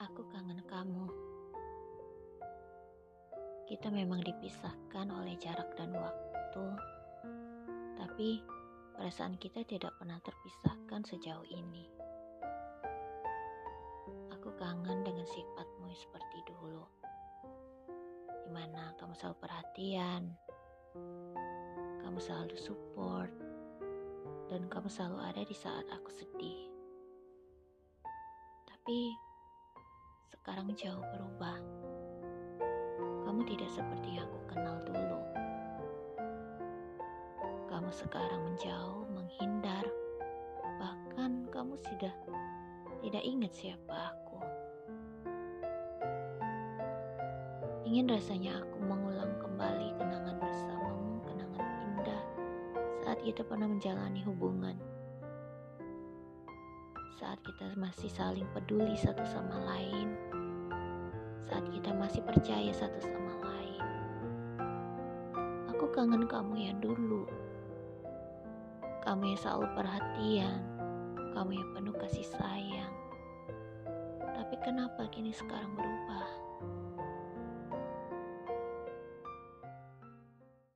Aku kangen kamu. Kita memang dipisahkan oleh jarak dan waktu, tapi perasaan kita tidak pernah terpisahkan sejauh ini. Aku kangen dengan sifatmu seperti dulu, di mana kamu selalu perhatian, kamu selalu support, dan kamu selalu ada di saat aku sedih. Tapi sekarang jauh berubah. Kamu tidak seperti yang aku kenal dulu. Kamu sekarang menjauh, menghindar, bahkan kamu sudah tidak ingat siapa aku. Ingin rasanya aku mengulang kembali kenangan bersamamu, kenangan indah saat kita pernah menjalani hubungan. Saat kita masih saling peduli satu sama lain, saat kita masih percaya satu sama lain. Aku kangen kamu yang dulu. Kamu yang selalu perhatian, kamu yang penuh kasih sayang. Tapi kenapa kini sekarang berubah?